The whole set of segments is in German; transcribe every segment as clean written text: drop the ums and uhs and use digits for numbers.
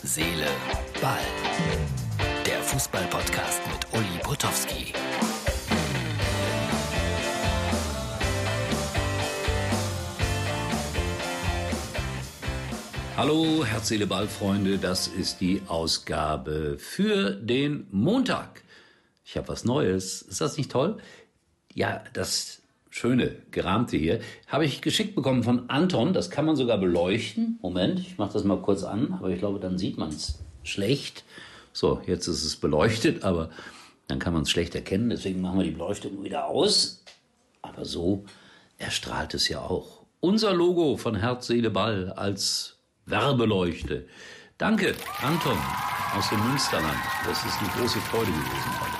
Seele, Ball. Der Fußball-Podcast mit Uli Potowski. Hallo, Herz, Seele, Ball, Freunde. Das ist die Ausgabe für den Montag. Ich habe was Neues. Ist das nicht toll? Ja, das schöne, gerahmte hier habe ich geschickt bekommen von Anton. Das kann man sogar beleuchten. Moment, ich mache das mal kurz an, aber ich glaube, dann sieht man es schlecht. So, jetzt ist es beleuchtet, aber dann kann man es schlecht erkennen. Deswegen machen wir die Beleuchtung wieder aus. Aber so erstrahlt es ja auch. Unser Logo von Herz, Seele, Ball als Werbeleuchte. Danke, Anton aus dem Münsterland. Das ist eine große Freude gewesen heute.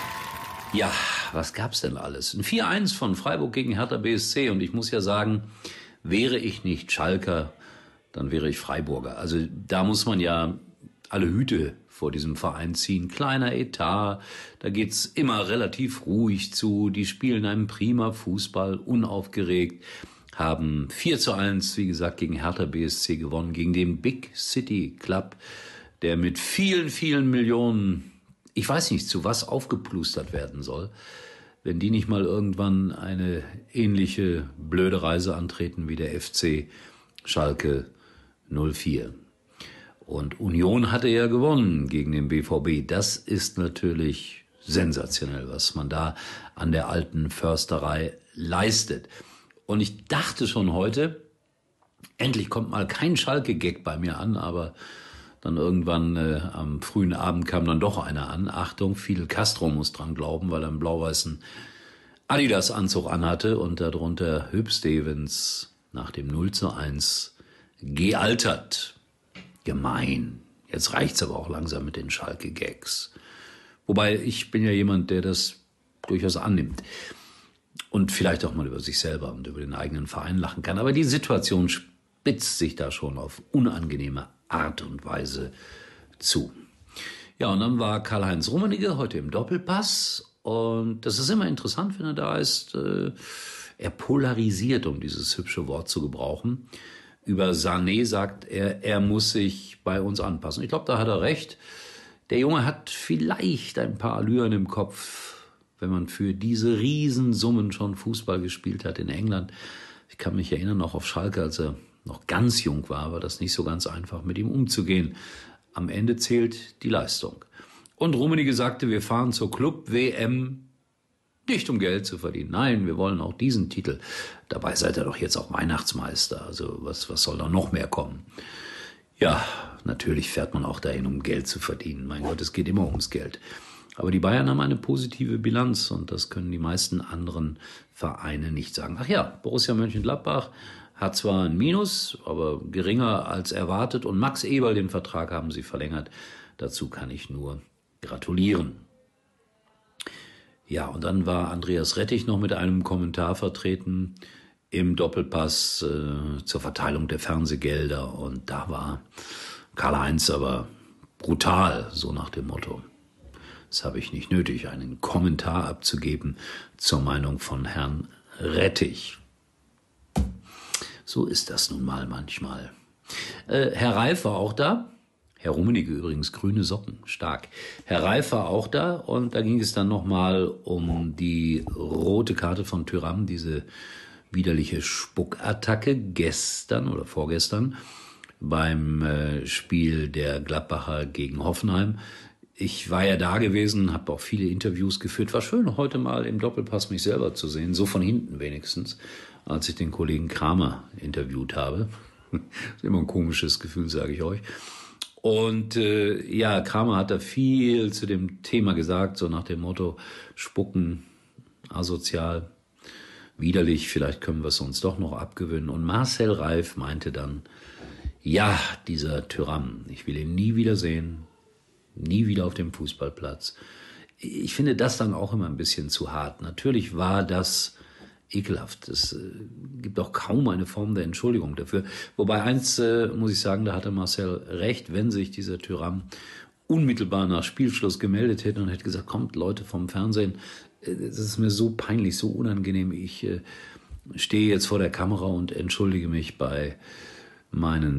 Ja, was gab's denn alles? Ein 4-1 von Freiburg gegen Hertha BSC. Und ich muss ja sagen, wäre ich nicht Schalker, dann wäre ich Freiburger. Also da muss man ja alle Hüte vor diesem Verein ziehen. Kleiner Etat, da geht's immer relativ ruhig zu. Die spielen einen prima Fußball, unaufgeregt. Haben 4-1, wie gesagt, gegen Hertha BSC gewonnen, gegen den Big City Club, der mit vielen, vielen Millionen, ich weiß nicht, zu was aufgeplustert werden soll, wenn die nicht mal irgendwann eine ähnliche blöde Reise antreten wie der FC Schalke 04. Und Union hatte ja gewonnen gegen den BVB. Das ist natürlich sensationell, was man da an der alten Försterei leistet. Und ich dachte schon heute, endlich kommt mal kein Schalke-Gag bei mir an, aber dann irgendwann am frühen Abend kam dann doch einer an. Achtung, Fidel Castro muss dran glauben, weil er einen blau-weißen Adidas-Anzug anhatte und darunter Hüb Stevens nach dem 0-1 gealtert. Gemein. Jetzt reicht's aber auch langsam mit den Schalke-Gags. Wobei, ich bin ja jemand, der das durchaus annimmt. Und vielleicht auch mal über sich selber und über den eigenen Verein lachen kann. Aber die Situation spitzt sich da schon auf unangenehme Art und Weise zu. Ja, und dann war Karl-Heinz Rummenigge heute im Doppelpass. Und das ist immer interessant, wenn er da ist. Er polarisiert, um dieses hübsche Wort zu gebrauchen. Über Sané sagt er, er muss sich bei uns anpassen. Ich glaube, da hat er recht. Der Junge hat vielleicht ein paar Allüren im Kopf, wenn man für diese Riesensummen schon Fußball gespielt hat in England. Ich kann mich erinnern, auch auf Schalke, als er noch ganz jung war das nicht so ganz einfach, mit ihm umzugehen. Am Ende zählt die Leistung. Und Rummenigge sagte, wir fahren zur Club-WM nicht um Geld zu verdienen. Nein, wir wollen auch diesen Titel. Dabei seid ihr doch jetzt auch Weihnachtsmeister. Also was soll da noch mehr kommen? Ja, natürlich fährt man auch dahin, um Geld zu verdienen. Mein Gott, es geht immer ums Geld. Aber die Bayern haben eine positive Bilanz und das können die meisten anderen Vereine nicht sagen. Ach ja, Borussia Mönchengladbach hat zwar ein Minus, aber geringer als erwartet. Und Max Eberl, den Vertrag haben sie verlängert. Dazu kann ich nur gratulieren. Ja, und dann war Andreas Rettich noch mit einem Kommentar vertreten im Doppelpass zur Verteilung der Fernsehgelder. Und da war Karl-Heinz aber brutal, so nach dem Motto: Das habe ich nicht nötig, einen Kommentar abzugeben zur Meinung von Herrn Rettich. So ist das nun mal manchmal. Herr Reif war auch da. Herr Rummenigge übrigens, grüne Socken, stark. Herr Reif war auch da und da ging es dann nochmal um die rote Karte von Thuram, diese widerliche Spuckattacke gestern oder vorgestern beim Spiel der Gladbacher gegen Hoffenheim. Ich war ja da gewesen, habe auch viele Interviews geführt. War schön, heute mal im Doppelpass mich selber zu sehen, so von hinten wenigstens, als ich den Kollegen Kramer interviewt habe. Das ist immer ein komisches Gefühl, sage ich euch. Und ja, Kramer hat da viel zu dem Thema gesagt, so nach dem Motto: Spucken, asozial, widerlich, vielleicht können wir es uns doch noch abgewöhnen. Und Marcel Reif meinte dann, ja, dieser Thuram, ich will ihn nie wieder sehen. Nie wieder auf dem Fußballplatz. Ich finde das dann auch immer ein bisschen zu hart. Natürlich war das ekelhaft. Es gibt auch kaum eine Form der Entschuldigung dafür. Wobei eins muss ich sagen, da hatte Marcel recht, wenn sich dieser Thuram unmittelbar nach Spielschluss gemeldet hätte und hätte gesagt, kommt Leute vom Fernsehen, das ist mir so peinlich, so unangenehm. Ich stehe jetzt vor der Kamera und entschuldige mich bei meinen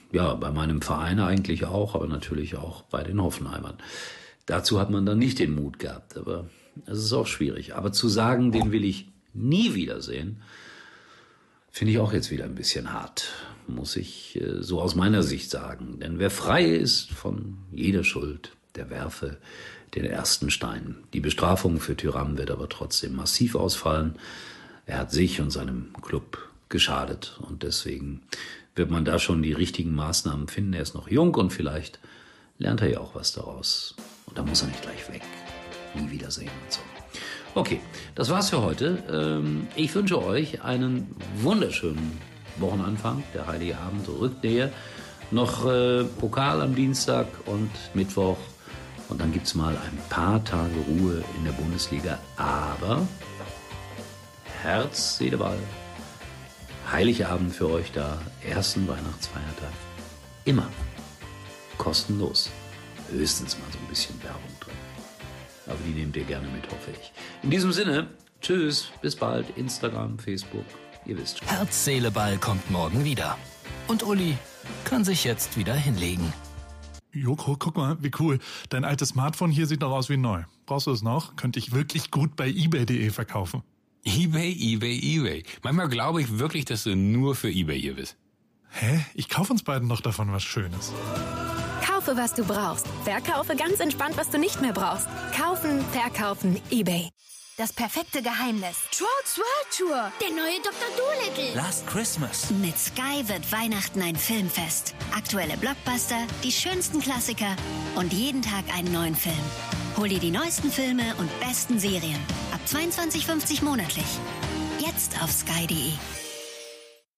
Ja, bei meinem Verein eigentlich auch, aber natürlich auch bei den Hoffenheimern. Dazu hat man dann nicht den Mut gehabt, aber es ist auch schwierig. Aber zu sagen, den will ich nie wiedersehen, finde ich auch jetzt wieder ein bisschen hart, muss ich so aus meiner Sicht sagen. Denn wer frei ist von jeder Schuld, der werfe den ersten Stein. Die Bestrafung für Thuram wird aber trotzdem massiv ausfallen. Er hat sich und seinem Club geschadet und deswegen wird man da schon die richtigen Maßnahmen finden. Er ist noch jung und vielleicht lernt er ja auch was daraus. Und da muss er nicht gleich weg. Nie wiedersehen und so. Okay, das war's für heute. Ich wünsche euch einen wunderschönen Wochenanfang. Der Heilige Abend rückt näher. Noch Pokal am Dienstag und Mittwoch. Und dann gibt's mal ein paar Tage Ruhe in der Bundesliga. Aber Herz, Seele, Ball. Heiligabend für euch da. Ersten Weihnachtsfeiertag. Immer kostenlos. Höchstens mal so ein bisschen Werbung drin. Aber die nehmt ihr gerne mit, hoffe ich. In diesem Sinne, tschüss, bis bald. Instagram, Facebook, ihr wisst schon. Herz, Seele, Ball kommt morgen wieder. Und Uli kann sich jetzt wieder hinlegen. Joko, guck mal, wie cool. Dein altes Smartphone hier sieht noch aus wie neu. Brauchst du es noch? Könnte ich wirklich gut bei eBay.de verkaufen. eBay. Manchmal glaube ich wirklich, dass du nur für eBay hier bist. Hä? Ich kaufe uns beiden doch davon was Schönes. Kaufe, was du brauchst. Verkaufe ganz entspannt, was du nicht mehr brauchst. Kaufen, verkaufen, eBay. Das perfekte Geheimnis. Trolls World Tour. Der neue Dr. Dolittle. Last Christmas. Mit Sky wird Weihnachten ein Filmfest. Aktuelle Blockbuster, die schönsten Klassiker und jeden Tag einen neuen Film. Hol dir die neuesten Filme und besten Serien. Ab 22,50 monatlich. Jetzt auf sky.de.